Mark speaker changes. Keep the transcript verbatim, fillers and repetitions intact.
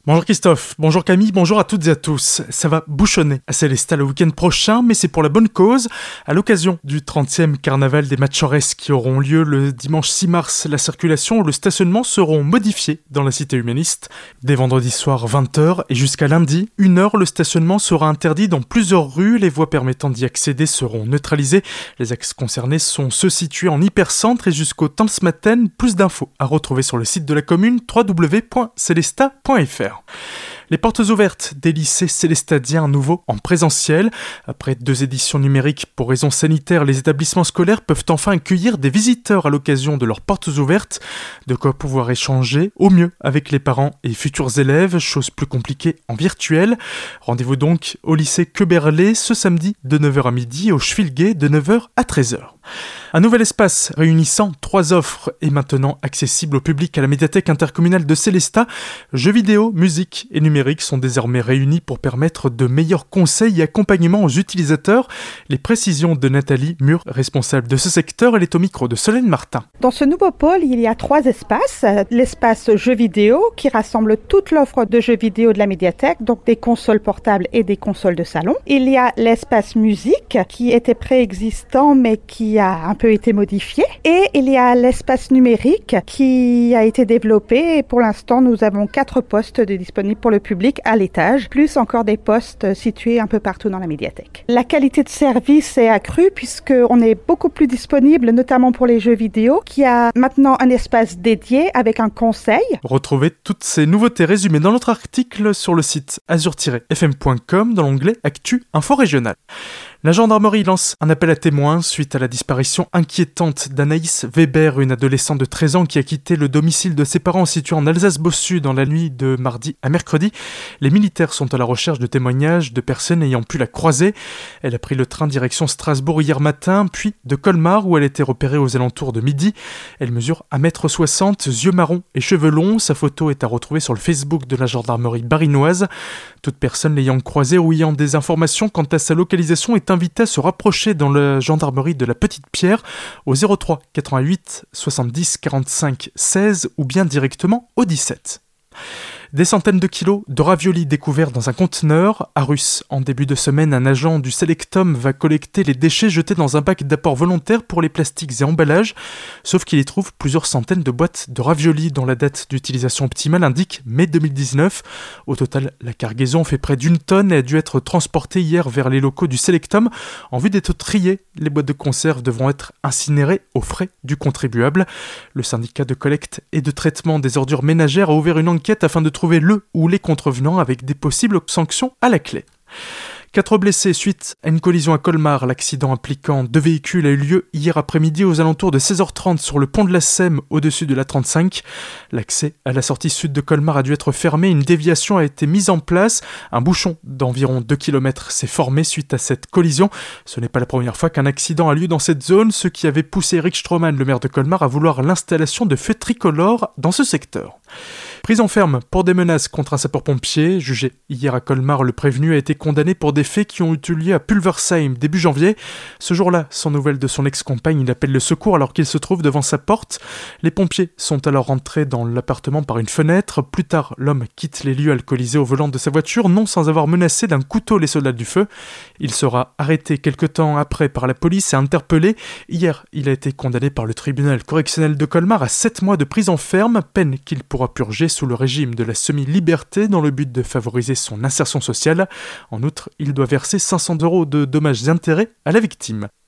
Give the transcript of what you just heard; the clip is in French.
Speaker 1: Bonjour Christophe, bonjour Camille, bonjour à toutes et à tous. Ça va bouchonner à Sélestat le week-end prochain, mais c'est pour la bonne cause. À l'occasion du trentième carnaval des Matchorès qui auront lieu le dimanche six mars, la circulation et le stationnement seront modifiés dans la cité humaniste. Dès vendredi soir vingt heures et jusqu'à lundi, une heure, le stationnement sera interdit dans plusieurs rues. Les voies permettant d'y accéder seront neutralisées. Les axes concernés sont ceux situés en hypercentre et jusqu'au Tanzmatten. Plus d'infos à retrouver sur le site de la commune w w w point sélestat point f r. Les portes ouvertes des lycées célestadiens à nouveau en présentiel. Après deux éditions numériques pour raisons sanitaires, les établissements scolaires peuvent enfin accueillir des visiteurs à l'occasion de leurs portes ouvertes. De quoi pouvoir échanger au mieux avec les parents et futurs élèves, chose plus compliquée en virtuel. Rendez-vous donc au lycée Queberlé ce samedi de neuf heures à midi et au Schwilgé de neuf heures à treize heures. Un nouvel espace réunissant trois offres est maintenant accessible au public à la médiathèque intercommunale de Sélestat. Jeux vidéo, musique et numérique sont désormais réunis pour permettre de meilleurs conseils et accompagnements aux utilisateurs. Les précisions de Nathalie Mur, responsable de ce secteur, elle est au micro de Solène Martin.
Speaker 2: Dans ce nouveau pôle, il y a trois espaces. L'espace jeux vidéo qui rassemble toute l'offre de jeux vidéo de la médiathèque, donc des consoles portables et des consoles de salon. Il y a l'espace musique qui était préexistant mais qui a un peu été modifié. Et il y a l'espace numérique qui a été développé et pour l'instant nous avons quatre postes de disponibles pour le public à l'étage, plus encore des postes situés un peu partout dans la médiathèque. La qualité de service est accrue puisqu'on est beaucoup plus disponible, notamment pour les jeux vidéo, qui a maintenant un espace dédié avec un conseil.
Speaker 1: Retrouvez toutes ces nouveautés résumées dans notre article sur le site azur tiret f m point com dans l'onglet Actu Info Régionale. La gendarmerie lance un appel à témoins suite à la disparition inquiétante d'Anaïs Weber, une adolescente de treize ans qui a quitté le domicile de ses parents situé en Alsace-Bossu dans la nuit de mardi à mercredi. Les militaires sont à la recherche de témoignages de personnes ayant pu la croiser. Elle a pris le train direction Strasbourg hier matin, puis de Colmar où elle était repérée aux alentours de midi. Elle mesure un mètre soixante, yeux marrons et cheveux longs. Sa photo est à retrouver sur le Facebook de la gendarmerie barinoise. Toute personne l'ayant croisée ou ayant des informations quant à sa localisation est invité à se rapprocher dans la gendarmerie de la Petite Pierre au zéro trois quatre-vingt-huit soixante-dix quarante-cinq seize ou bien directement au dix-sept. Des centaines de kilos de raviolis découverts dans un conteneur. À Russe, en début de semaine, un agent du Selectum va collecter les déchets jetés dans un bac d'apport volontaire pour les plastiques et emballages, sauf qu'il y trouve plusieurs centaines de boîtes de raviolis dont la date d'utilisation optimale indique mai deux mille dix-neuf. Au total, la cargaison fait près d'une tonne et a dû être transportée hier vers les locaux du Selectum. En vue d'être triées, les boîtes de conserve devront être incinérées aux frais du contribuable. Le syndicat de collecte et de traitement des ordures ménagères a ouvert une enquête afin de trouver le ou les contrevenants avec des possibles sanctions à la clé. Quatre blessés suite à une collision à Colmar. L'accident impliquant deux véhicules a eu lieu hier après-midi aux alentours de seize heures trente sur le pont de la Sème au-dessus de la trente-cinq. L'accès à la sortie sud de Colmar a dû être fermé. Une déviation a été mise en place. Un bouchon d'environ deux kilomètres s'est formé suite à cette collision. Ce n'est pas la première fois qu'un accident a lieu dans cette zone, ce qui avait poussé Eric Stroman, le maire de Colmar, à vouloir l'installation de feux tricolores dans ce secteur. Prison ferme pour des menaces contre un sapeur-pompier. Jugé hier à Colmar, le prévenu a été condamné pour des faits qui ont eu lieu à Pulversheim début janvier. Ce jour-là, sans nouvelles de son ex-compagne, il appelle le secours alors qu'il se trouve devant sa porte. Les pompiers sont alors rentrés dans l'appartement par une fenêtre. Plus tard, l'homme quitte les lieux alcoolisé au volant de sa voiture, non sans avoir menacé d'un couteau les soldats du feu. Il sera arrêté quelque temps après par la police et interpellé. Hier, il a été condamné par le tribunal correctionnel de Colmar à sept mois de prison ferme, peine qu'il pourra purger sous le régime de la semi-liberté dans le but de favoriser son insertion sociale. En outre, il doit verser cinq cents euros de dommages et intérêts à la victime.